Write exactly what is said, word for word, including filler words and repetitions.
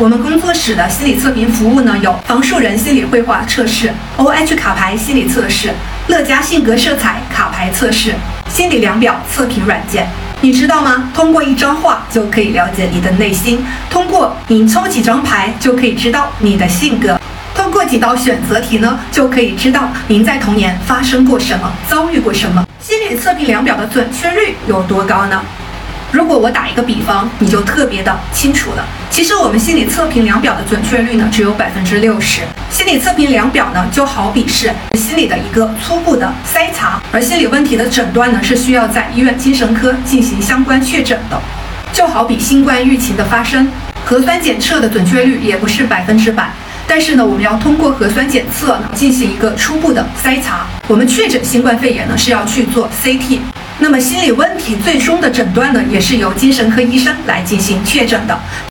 我们工作室的心理测评服务呢，有房树人心理绘画测试、O H 卡牌心理测试、乐嘉性格色彩卡牌测试、心理量表测评软件。你知道吗？通过一张画就可以了解你的内心，通过你抽几张牌就可以知道你的性格，通过几道选择题呢，就可以知道您在童年发生过什么，遭遇过什么。心理测评量表的准确率有多高呢？如果我打一个比方，你就特别的清楚了。其实我们心理测评量表的准确率呢，只有百分之六十。心理测评量表呢，就好比是心理的一个初步的筛查，而心理问题的诊断呢，是需要在医院精神科进行相关确诊的。就好比新冠疫情的发生，核酸检测的准确率也不是百分之百。但是呢，我们要通过核酸检测呢进行一个初步的筛查。我们确诊新冠肺炎呢是要去做 C T， 那么心理问题最终的诊断呢也是由精神科医生来进行确诊的。